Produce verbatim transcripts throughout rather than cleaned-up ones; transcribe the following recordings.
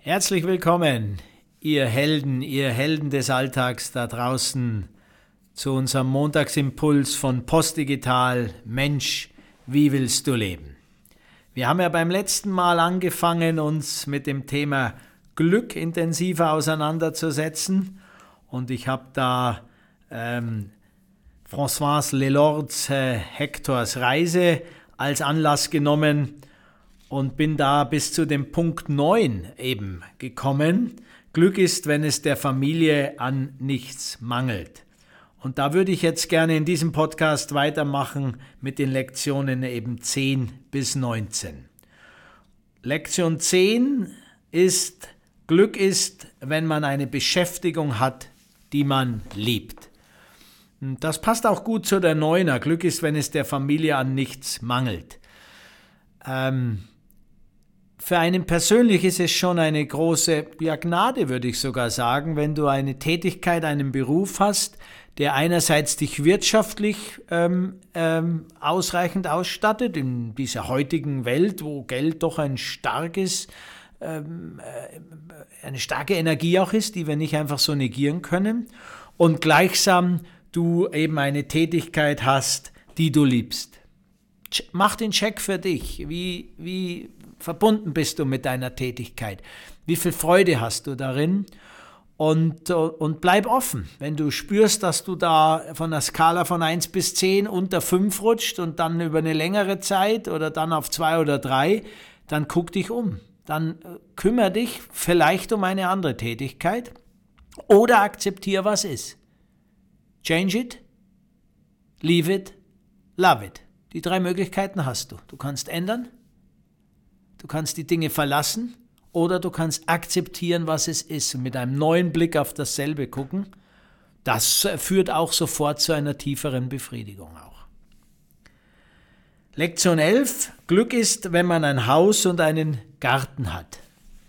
Herzlich willkommen, ihr Helden, ihr Helden des Alltags da draußen zu unserem Montagsimpuls von Postdigital. Mensch, wie willst du leben? Wir haben ja beim letzten Mal angefangen, uns mit dem Thema Glück intensiver auseinanderzusetzen und ich habe da ähm, François Lelords äh, Hectors Reise als Anlass genommen und bin da bis zu dem Punkt neun eben gekommen. Glück ist, wenn es der Familie an nichts mangelt. Und da würde ich jetzt gerne in diesem Podcast weitermachen mit den Lektionen eben zehn bis neunzehn. Lektion zehn ist, Glück ist, wenn man eine Beschäftigung hat, die man liebt. Und das passt auch gut zu der Neuner. Glück ist, wenn es der Familie an nichts mangelt. Ähm, Für einen persönlich ist es schon eine große ja, Gnade, würde ich sogar sagen, wenn du eine Tätigkeit, einen Beruf hast, der einerseits dich wirtschaftlich ähm, ähm, ausreichend ausstattet, in dieser heutigen Welt, wo Geld doch ein starkes, ähm, äh, eine starke Energie auch ist, die wir nicht einfach so negieren können, und gleichsam du eben eine Tätigkeit hast, die du liebst. Mach den Check für dich. Wie, wie verbunden bist du mit deiner Tätigkeit? Wie viel Freude hast du darin? Und, und bleib offen. Wenn du spürst, dass du da von einer Skala von eins bis zehn unter fünf rutscht und dann über eine längere Zeit oder dann auf zwei oder drei, dann guck dich um. Dann kümmere dich vielleicht um eine andere Tätigkeit oder akzeptiere, was ist. Change it, leave it, love it. Die drei Möglichkeiten hast du. Du kannst ändern, du kannst die Dinge verlassen oder du kannst akzeptieren, was es ist und mit einem neuen Blick auf dasselbe gucken. Das führt auch sofort zu einer tieferen Befriedigung auch. Lektion elf. Glück ist, wenn man ein Haus und einen Garten hat.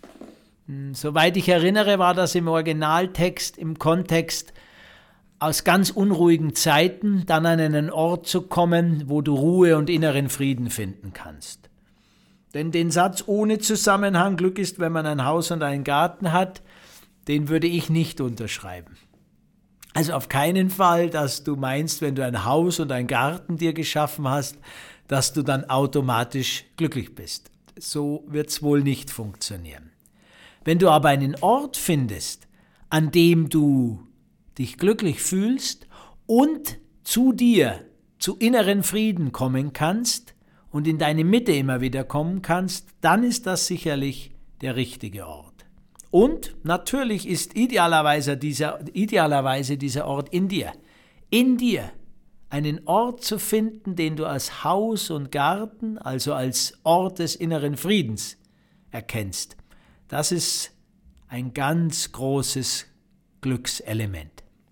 Soweit ich erinnere, war das im Originaltext, im Kontext, aus ganz unruhigen Zeiten dann an einen Ort zu kommen, wo du Ruhe und inneren Frieden finden kannst. Denn den Satz ohne Zusammenhang, Glück ist, wenn man ein Haus und einen Garten hat, den würde ich nicht unterschreiben. Also auf keinen Fall, dass du meinst, wenn du ein Haus und einen Garten dir geschaffen hast, dass du dann automatisch glücklich bist. So wird es wohl nicht funktionieren. Wenn du aber einen Ort findest, an dem du dich glücklich fühlst und zu dir, zu inneren Frieden kommen kannst und in deine Mitte immer wieder kommen kannst, dann ist das sicherlich der richtige Ort. Und natürlich ist idealerweise dieser, idealerweise dieser Ort in dir. In dir einen Ort zu finden, den du als Haus und Garten, also als Ort des inneren Friedens erkennst. Das ist ein ganz großes Glückselement.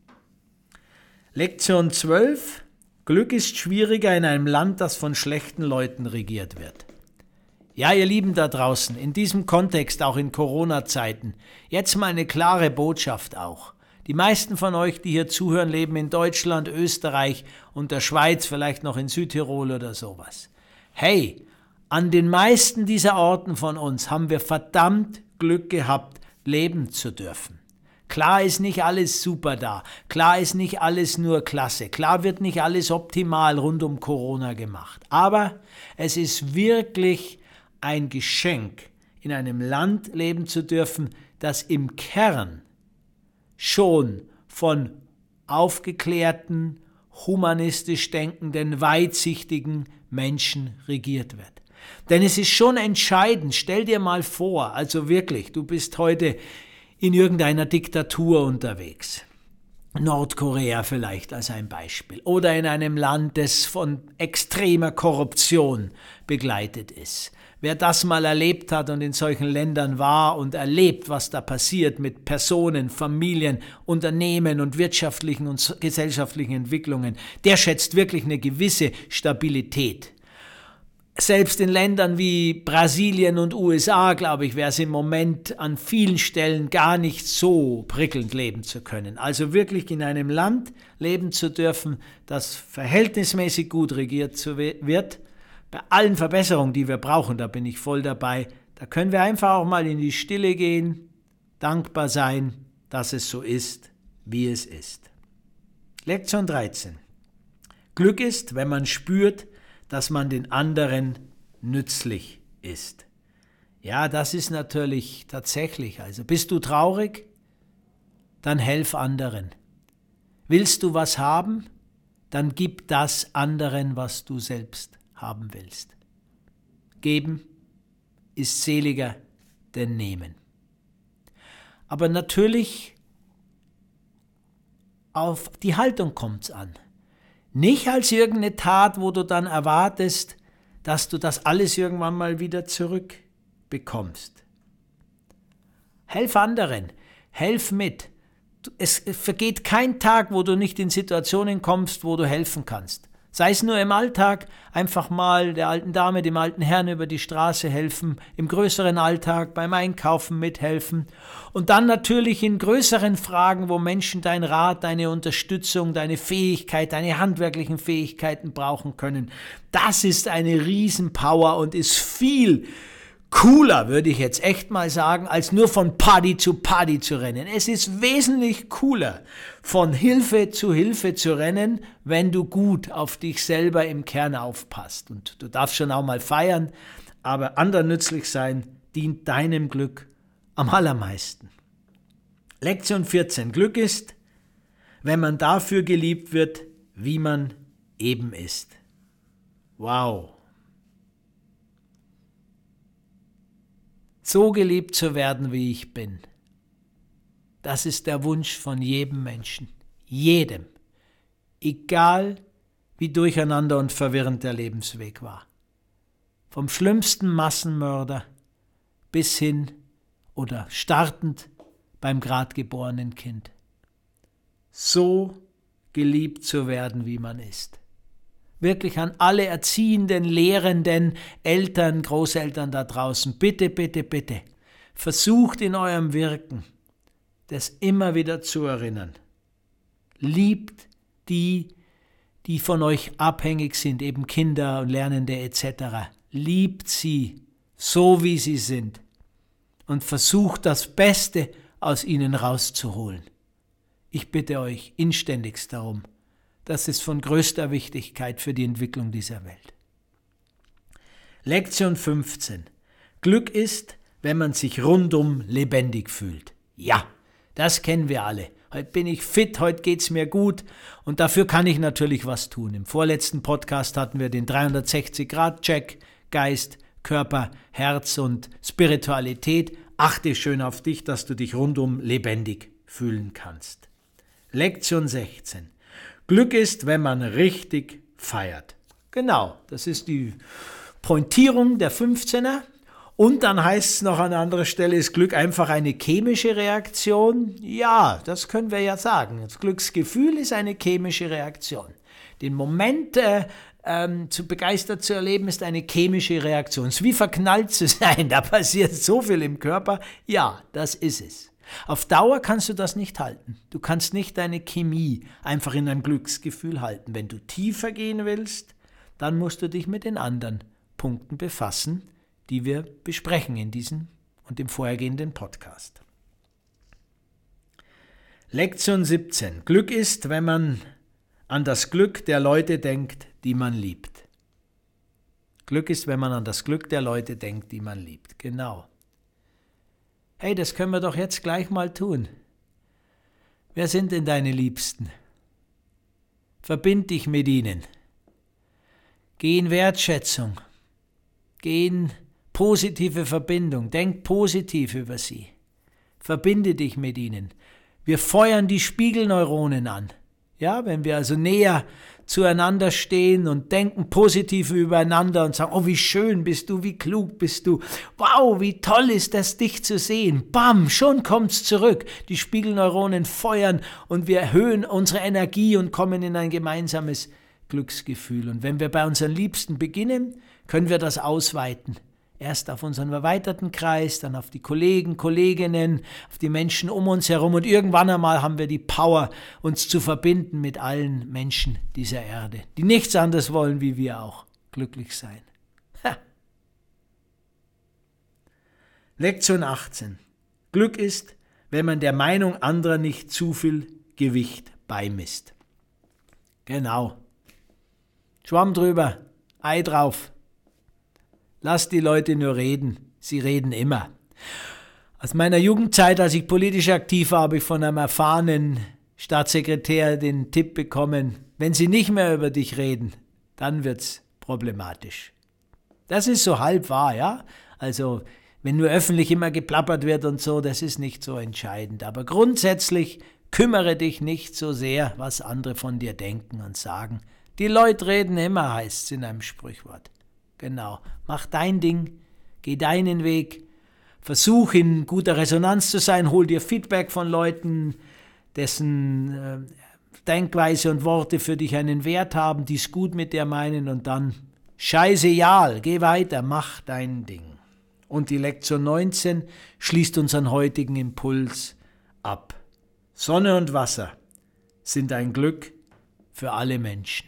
Lektion zwölf. Glück ist schwieriger in einem Land, das von schlechten Leuten regiert wird. Ja, ihr Lieben da draußen, in diesem Kontext, auch in Corona-Zeiten, jetzt mal eine klare Botschaft auch. Die meisten von euch, die hier zuhören, leben in Deutschland, Österreich und der Schweiz, vielleicht noch in Südtirol oder sowas. Hey, an den meisten dieser Orten von uns haben wir verdammt Glück gehabt, leben zu dürfen. Klar ist nicht alles super da, klar ist nicht alles nur klasse, klar wird nicht alles optimal rund um Corona gemacht, aber es ist wirklich ein Geschenk, in einem Land leben zu dürfen, das im Kern schon von aufgeklärten, humanistisch denkenden, weitsichtigen Menschen regiert wird. Denn es ist schon entscheidend, stell dir mal vor, also wirklich, du bist heute in irgendeiner Diktatur unterwegs. Nordkorea vielleicht als ein Beispiel. Oder in einem Land, das von extremer Korruption begleitet ist. Wer das mal erlebt hat und in solchen Ländern war und erlebt, was da passiert mit Personen, Familien, Unternehmen und wirtschaftlichen und gesellschaftlichen Entwicklungen, der schätzt wirklich eine gewisse Stabilität. Selbst in Ländern wie Brasilien und U S A, glaube ich, wäre es im Moment an vielen Stellen gar nicht so prickelnd leben zu können. Also wirklich in einem Land leben zu dürfen, das verhältnismäßig gut regiert wird, bei allen Verbesserungen, die wir brauchen, da bin ich voll dabei, Da können wir einfach auch mal in die Stille gehen, dankbar sein, dass es so ist, wie es ist. Lektion dreizehn. Glück ist, wenn man spürt, dass man den anderen nützlich ist. Ja, das ist natürlich tatsächlich. Also bist du traurig? Dann helf anderen. Willst du was haben? Dann gib das anderen, was du selbst haben willst. Geben ist seliger denn nehmen. Aber natürlich auf die Haltung kommt's an. Nicht als irgendeine Tat, wo du dann erwartest, dass du das alles irgendwann mal wieder zurückbekommst. Helf anderen, helf mit. Es vergeht kein Tag, wo du nicht in Situationen kommst, wo du helfen kannst. Sei es nur im Alltag, einfach mal der alten Dame, dem alten Herrn über die Straße helfen, im größeren Alltag, beim Einkaufen mithelfen und dann natürlich in größeren Fragen, wo Menschen dein Rat, deine Unterstützung, deine Fähigkeit, deine handwerklichen Fähigkeiten brauchen können. Das ist eine Riesenpower und ist viel cooler, würde ich jetzt echt mal sagen, als nur von Party zu Party zu rennen. Es ist wesentlich cooler, von Hilfe zu Hilfe zu rennen, wenn du gut auf dich selber im Kern aufpasst. Und du darfst schon auch mal feiern, aber anderen nützlich sein dient deinem Glück am allermeisten. Lektion vierzehn. Glück ist, wenn man dafür geliebt wird, wie man eben ist. Wow. So geliebt zu werden, wie ich bin. Das ist der Wunsch von jedem Menschen. Jedem. Egal, wie durcheinander und verwirrend der Lebensweg war. Vom schlimmsten Massenmörder bis hin oder startend beim grad geborenen Kind. So geliebt zu werden, wie man ist. Wirklich an alle Erziehenden, Lehrenden, Eltern, Großeltern da draußen, bitte, bitte, bitte, versucht in eurem Wirken, das immer wieder zu erinnern. Liebt die, die von euch abhängig sind, eben Kinder und Lernende et cetera. Liebt sie, so wie sie sind und versucht das Beste aus ihnen rauszuholen. Ich bitte euch inständigst darum. Das ist von größter Wichtigkeit für die Entwicklung dieser Welt. Lektion fünfzehn. Glück ist, wenn man sich rundum lebendig fühlt. Ja, das kennen wir alle. Heute bin ich fit, heute geht's mir gut und dafür kann ich natürlich was tun. Im vorletzten Podcast hatten wir den dreihundertsechzig Grad Check, Geist, Körper, Herz und Spiritualität. Achte schön auf dich, dass du dich rundum lebendig fühlen kannst. Lektion sechzehn. Glück ist, wenn man richtig feiert. Genau, das ist die Pointierung der fünfzehner. Und dann heißt es noch an anderer Stelle, ist Glück einfach eine chemische Reaktion? Ja, das können wir ja sagen. Das Glücksgefühl ist eine chemische Reaktion. Den Moment äh, ähm, zu begeistert zu erleben, ist eine chemische Reaktion. Es ist wie verknallt zu sein, da passiert so viel im Körper. Ja, das ist es. Auf Dauer kannst du das nicht halten. Du kannst nicht deine Chemie einfach in ein Glücksgefühl halten. Wenn du tiefer gehen willst, dann musst du dich mit den anderen Punkten befassen, die wir besprechen in diesem und dem vorhergehenden Podcast. Lektion siebzehn. Glück ist, wenn man an das Glück der Leute denkt, die man liebt. Glück ist, wenn man an das Glück der Leute denkt, die man liebt. Genau. Hey, das können wir doch jetzt gleich mal tun. Wer sind denn deine Liebsten? Verbind dich mit ihnen. Geh in Wertschätzung. Geh in positive Verbindung. Denk positiv über sie. Verbinde dich mit ihnen. Wir feuern die Spiegelneuronen an. Ja, wenn wir also näher zueinander stehen und denken positiv übereinander und sagen, oh, wie schön bist du, wie klug bist du, wow, wie toll ist das, dich zu sehen. Bam, schon kommt's zurück. Die Spiegelneuronen feuern und wir erhöhen unsere Energie und kommen in ein gemeinsames Glücksgefühl. Und wenn wir bei unseren Liebsten beginnen, können wir das ausweiten. Erst auf unseren erweiterten Kreis, dann auf die Kollegen, Kolleginnen, auf die Menschen um uns herum und irgendwann einmal haben wir die Power, uns zu verbinden mit allen Menschen dieser Erde, die nichts anderes wollen, wie wir auch glücklich sein. Ha. Lektion achtzehn. Glück ist, wenn man der Meinung anderer nicht zu viel Gewicht beimisst. Genau. Schwamm drüber, Ei drauf. Lass die Leute nur reden. Sie reden immer. Aus meiner Jugendzeit, als ich politisch aktiv war, habe ich von einem erfahrenen Staatssekretär den Tipp bekommen, wenn sie nicht mehr über dich reden, dann wird's problematisch. Das ist so halb wahr, ja? Also, wenn nur öffentlich immer geplappert wird und so, das ist nicht so entscheidend. Aber grundsätzlich kümmere dich nicht so sehr, was andere von dir denken und sagen. Die Leute reden immer, heißt es in einem Sprichwort. Genau. Mach dein Ding, geh deinen Weg, versuch in guter Resonanz zu sein, hol dir Feedback von Leuten, dessen äh, Denkweise und Worte für dich einen Wert haben, die es gut mit dir meinen und dann scheißegal, geh weiter, mach dein Ding. Und die Lektion neunzehn schließt unseren heutigen Impuls ab. Sonne und Wasser sind ein Glück für alle Menschen.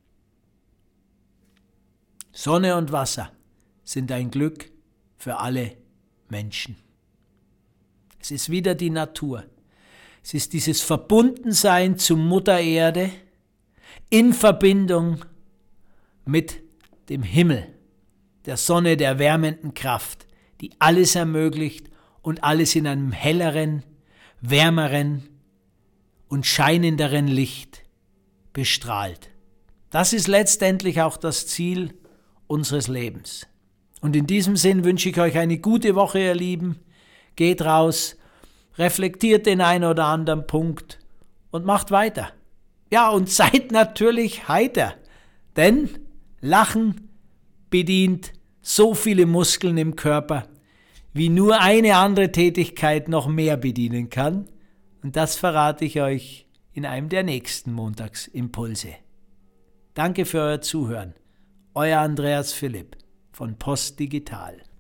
Sonne und Wasser sind ein Glück für alle Menschen. Es ist wieder die Natur. Es ist dieses Verbundensein zu Mutter Erde in Verbindung mit dem Himmel, der Sonne, der wärmenden Kraft, die alles ermöglicht und alles in einem helleren, wärmeren und scheinenderen Licht bestrahlt. Das ist letztendlich auch das Ziel unseres Lebens. Und in diesem Sinn wünsche ich euch eine gute Woche, ihr Lieben. Geht raus, reflektiert den einen oder anderen Punkt und macht weiter. Ja, und seid natürlich heiter, denn Lachen bedient so viele Muskeln im Körper, wie nur eine andere Tätigkeit noch mehr bedienen kann. Und das verrate ich euch in einem der nächsten Montagsimpulse. Danke für euer Zuhören. Euer Andreas Philipp von Postdigital.